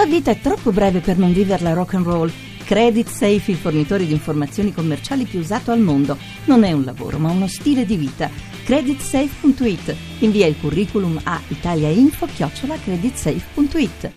La vita è troppo breve per non viverla rock and roll. Credit Safe, il fornitore di informazioni commerciali più usato al mondo. Non è un lavoro, ma uno stile di vita. Creditsafe.it. Invia il curriculum a italiainfo@creditsafe.it.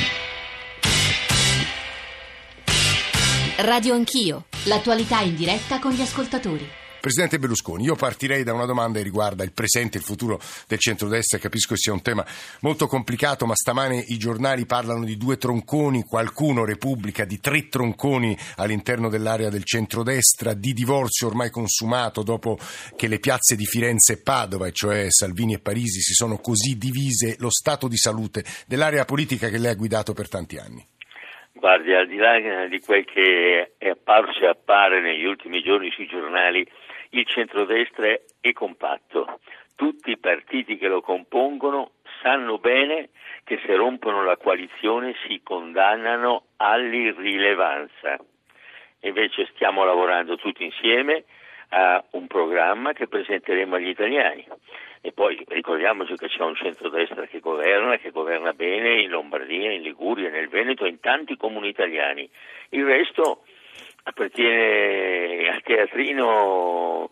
Radio Anch'io, l'attualità in diretta con gli ascoltatori. Presidente Berlusconi, io partirei da una domanda che riguarda il presente e il futuro del centrodestra. Capisco che sia un tema molto complicato, ma stamane i giornali parlano di 2 tronconi, qualcuno Repubblica di 3 tronconi all'interno dell'area del centrodestra, di divorzio ormai consumato dopo che le piazze di Firenze e Padova, e cioè Salvini e Parisi, si sono così divise, lo stato di salute dell'area politica che lei ha guidato per tanti anni. Guardi, al di là di quel che è apparso e appare negli ultimi giorni sui giornali, il centrodestra è compatto. Tutti i partiti che lo compongono sanno bene che se rompono la coalizione si condannano all'irrilevanza. Invece stiamo lavorando tutti insieme a un programma che presenteremo agli italiani. E poi ricordiamoci che c'è un centrodestra che governa bene in Lombardia, in Liguria, nel Veneto e in tanti comuni italiani. Il resto appartiene al teatrino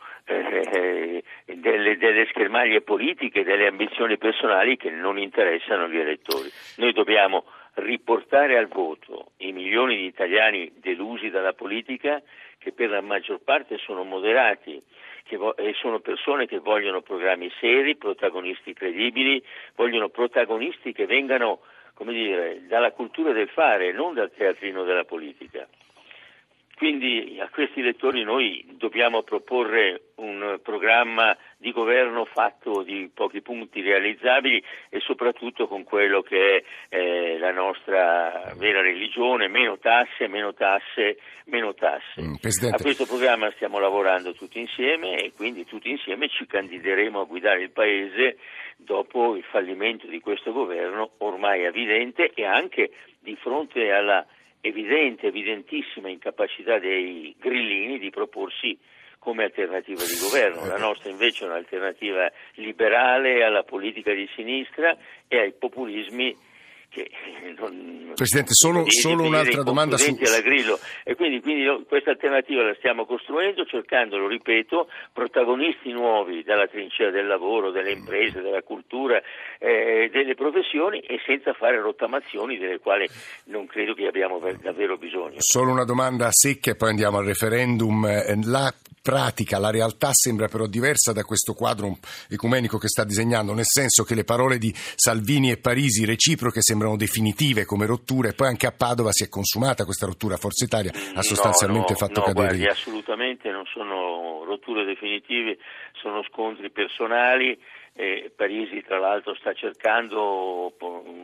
delle schermaglie politiche, delle ambizioni personali che non interessano gli elettori. Noi dobbiamo riportare al voto i milioni di italiani delusi dalla politica, che per la maggior parte sono moderati, e sono persone che vogliono programmi seri, protagonisti credibili, vogliono protagonisti che vengano, dalla cultura del fare, non dal teatrino della politica. Quindi a questi elettori noi dobbiamo proporre un programma di governo fatto di pochi punti realizzabili e soprattutto con quello che è la nostra vera religione: meno tasse, meno tasse, meno tasse. A questo programma stiamo lavorando tutti insieme e quindi tutti insieme ci candideremo a guidare il Paese dopo il fallimento di questo governo ormai evidente e anche di fronte alla evidentissima incapacità dei grillini di proporsi come alternativa di governo. La nostra invece è un'alternativa liberale alla politica di sinistra e ai populismi che Presidente, solo un'altra domanda alla Grillo. E quindi questa alternativa la stiamo costruendo, cercando, lo ripeto, protagonisti nuovi dalla trincea del lavoro, delle imprese, della cultura, delle professioni, e senza fare rottamazioni delle quali non credo che abbiamo davvero bisogno. Solo una domanda secca e poi andiamo al referendum. La pratica, la realtà sembra però diversa da questo quadro ecumenico che sta disegnando, nel senso che le parole di Salvini e Parisi reciproche sembrano definitive come rotture, e poi anche a Padova si è consumata questa rottura. Forza Italia ha sostanzialmente fatto cadere. Guardi, assolutamente non sono rotture definitive, sono scontri personali. Parisi tra l'altro sta cercando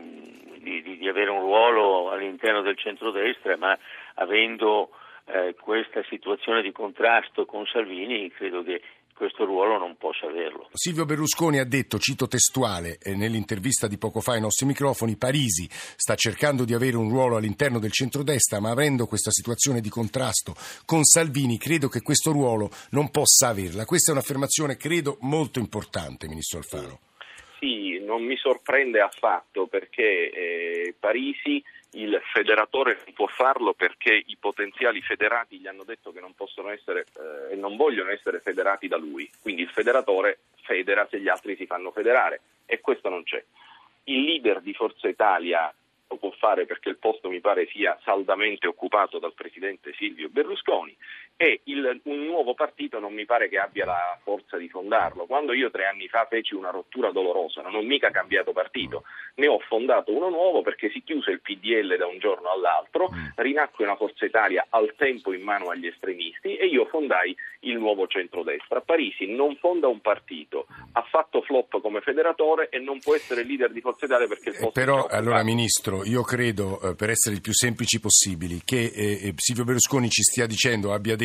di avere un ruolo all'interno del centrodestra, ma avendo questa situazione di contrasto con Salvini, credo che questo ruolo non possa averlo. Silvio Berlusconi ha detto, cito testuale, nell'intervista di poco fa ai nostri microfoni: Parisi sta cercando di avere un ruolo all'interno del centrodestra, ma avendo questa situazione di contrasto con Salvini credo che questo ruolo non possa averla. Questa è un'affermazione, credo, molto importante, Ministro Alfano. Sì, non mi sorprende affatto, perché Parisi, il federatore, non può farlo perché i potenziali federati gli hanno detto che non possono essere e non vogliono essere federati da lui. Quindi il federatore federa se gli altri si fanno federare, e questo non c'è. Il leader di Forza Italia lo può fare perché il posto mi pare sia saldamente occupato dal presidente Silvio Berlusconi, e un nuovo partito non mi pare che abbia la forza di fondarlo. Quando io 3 anni fa feci una rottura dolorosa, non ho mica cambiato partito, ne ho fondato uno nuovo perché si chiuse il PDL da un giorno all'altro, rinacque una Forza Italia al tempo in mano agli estremisti e io fondai il nuovo centrodestra. Parisi non fonda un partito, ha fatto flop come federatore e non può essere leader di Forza Italia perché il posto però allora, Ministro, io credo, per essere il più semplici possibili, che Silvio Berlusconi ci stia dicendo, abbia detto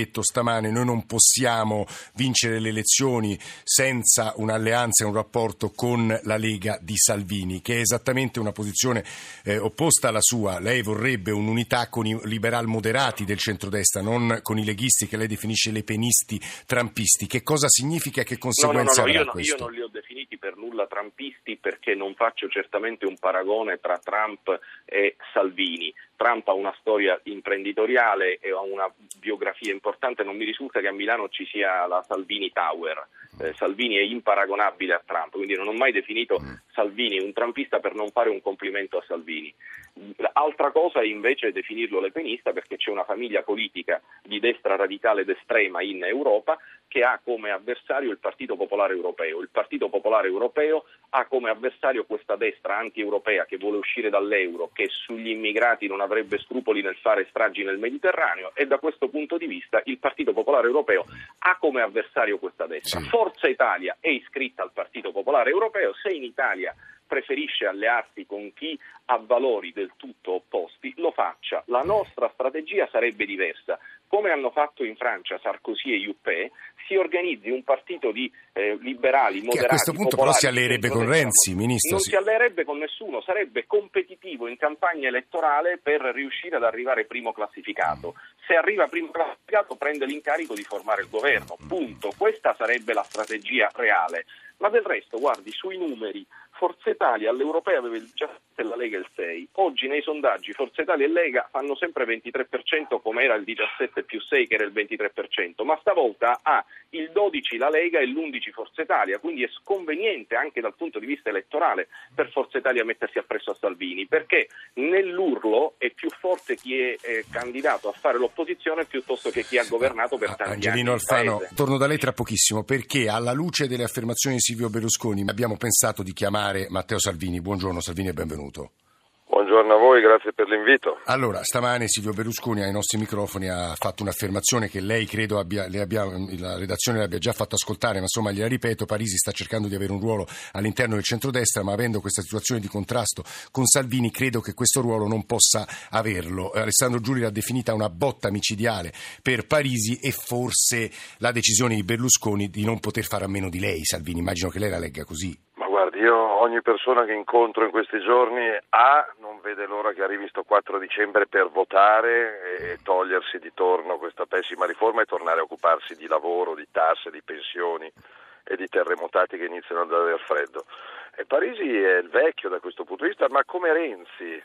detto stamane: noi non possiamo vincere le elezioni senza un'alleanza e un rapporto con la Lega di Salvini, che è esattamente una posizione opposta alla sua. Lei vorrebbe un'unità con i liberal moderati del centrodestra, non con i leghisti che lei definisce lepenisti trampisti. Che cosa significa e che conseguenze avrà questo? Io non li ho definiti per nulla trampisti, perché non faccio certamente un paragone tra Trump e Salvini. Trump ha una storia imprenditoriale e ha una biografia importante, non mi risulta che a Milano ci sia la Salvini Tower. Salvini è imparagonabile a Trump, quindi non ho mai definito Salvini un trumpista per non fare un complimento a Salvini. Altra cosa è invece definirlo lepenista, perché c'è una famiglia politica di destra radicale ed estrema in Europa che ha come avversario il Partito Popolare Europeo. Il Partito Popolare Europeo ha come avversario questa destra anti-europea che vuole uscire dall'euro, che sugli immigrati non avrebbe scrupoli nel fare stragi nel Mediterraneo, e da questo punto di vista il Partito Popolare Europeo ha come avversario questa destra. Sì. Forza Italia è iscritta al Partito Popolare Europeo. Se in Italia preferisce allearsi con chi ha valori del tutto opposti, lo faccia. La nostra strategia sarebbe diversa. Come hanno fatto in Francia Sarkozy e Juppé, si organizzi un partito di liberali, moderati, che a questo punto però si alleerebbe con Renzi, ministro. Non si alleerebbe con nessuno, sarebbe competitivo in campagna elettorale per riuscire ad arrivare primo classificato. Se arriva primo classificato prende l'incarico di formare il governo, punto. Questa sarebbe la strategia reale. Ma del resto, guardi, sui numeri, Forza Italia all'Europea aveva il 17 e la Lega il 6. Oggi nei sondaggi Forza Italia e Lega fanno sempre 23%, come era il 17 più 6 che era il 23%, ma stavolta ha il 12 la Lega e l'11 Forza Italia, quindi è sconveniente anche dal punto di vista elettorale per Forza Italia mettersi appresso a Salvini, perché nell'urlo è più forte chi è candidato a fare l'opposizione piuttosto che chi ha governato per tanti Angelino anni. Alfano, torno da lei tra pochissimo, perché alla luce delle affermazioni di Silvio Berlusconi abbiamo pensato di chiamare Matteo Salvini. Buongiorno Salvini e benvenuto. Buongiorno a voi, grazie per l'invito. Allora, stamane Silvio Berlusconi ai nostri microfoni ha fatto un'affermazione che lei credo la redazione le abbia già fatto ascoltare, ma insomma gliela ripeto: Parisi sta cercando di avere un ruolo all'interno del centrodestra, ma avendo questa situazione di contrasto con Salvini credo che questo ruolo non possa averlo. Alessandro Giuli l'ha definita una botta micidiale per Parisi, e forse la decisione di Berlusconi di non poter fare a meno di lei, Salvini. Immagino che lei la legga così. Guardi, io ogni persona che incontro in questi giorni non vede l'ora che arrivi sto 4 dicembre per votare e togliersi di torno questa pessima riforma e tornare a occuparsi di lavoro, di tasse, di pensioni e di terremotati che iniziano ad aver freddo. E Parisi è il vecchio da questo punto di vista, ma come Renzi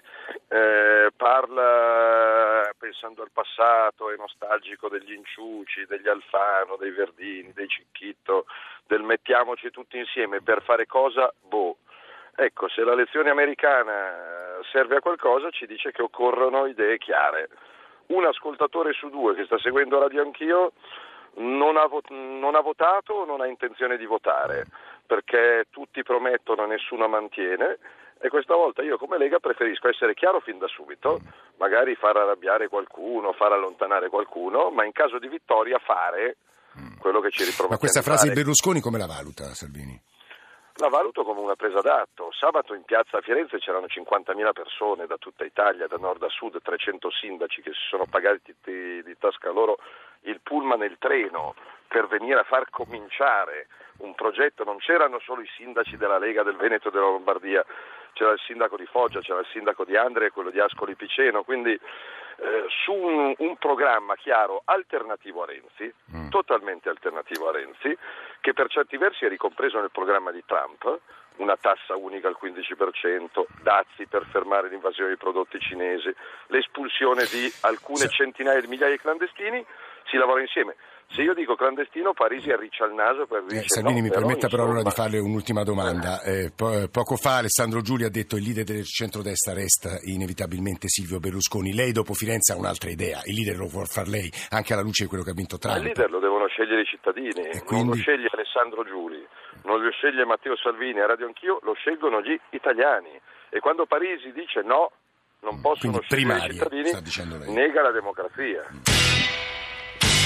parla pensando al passato, è nostalgico degli Inciuci, degli Alfano, dei Verdini, dei Cicchitto, del mettiamoci tutti insieme per fare cosa? Ecco, se la lezione americana serve a qualcosa ci dice che occorrono idee chiare. Un ascoltatore su 2 che sta seguendo Radio Anch'io non ha votato o non ha intenzione di votare, perché tutti promettono e nessuno mantiene, e questa volta io come Lega preferisco essere chiaro fin da subito, magari far arrabbiare qualcuno, far allontanare qualcuno, ma in caso di vittoria fare quello che ci ripromettiamo. Ma questa frase di Berlusconi come la valuta, Salvini? La valuto come una presa d'atto. Sabato in piazza a Firenze c'erano 50.000 persone da tutta Italia, da nord a sud, 300 sindaci che si sono pagati di tasca loro il pullman e il treno per venire a far cominciare un progetto. Non c'erano solo i sindaci della Lega del Veneto e della Lombardia, c'era il sindaco di Foggia, c'era il sindaco di Andria e quello di Ascoli Piceno, quindi su un programma chiaro alternativo a Renzi, totalmente alternativo a Renzi, che per certi versi è ricompreso nel programma di Trump, una tassa unica al 15%, dazi per fermare l'invasione dei prodotti cinesi, l'espulsione di alcune centinaia di migliaia di clandestini. Si lavora insieme. Se io dico clandestino, Parisi arriccia il naso per dire Salvini, mi permetta insomma, però allora di farle un'ultima domanda. Poco fa Alessandro Giuli ha detto: il leader del centrodestra resta inevitabilmente Silvio Berlusconi. Lei dopo Firenze ha un'altra idea, il leader lo può far lei anche alla luce di quello che ha vinto Trump. Il leader lo devono scegliere i cittadini, quindi... non lo sceglie Alessandro Giuli, non lo sceglie Matteo Salvini a Radio Anch'io, lo scelgono gli italiani, e quando Parisi dice no, non possono scegliere i cittadini, sta dicendo lei, nega la democrazia.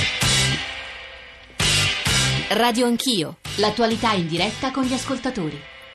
Radio Anch'io, l'attualità in diretta con gli ascoltatori.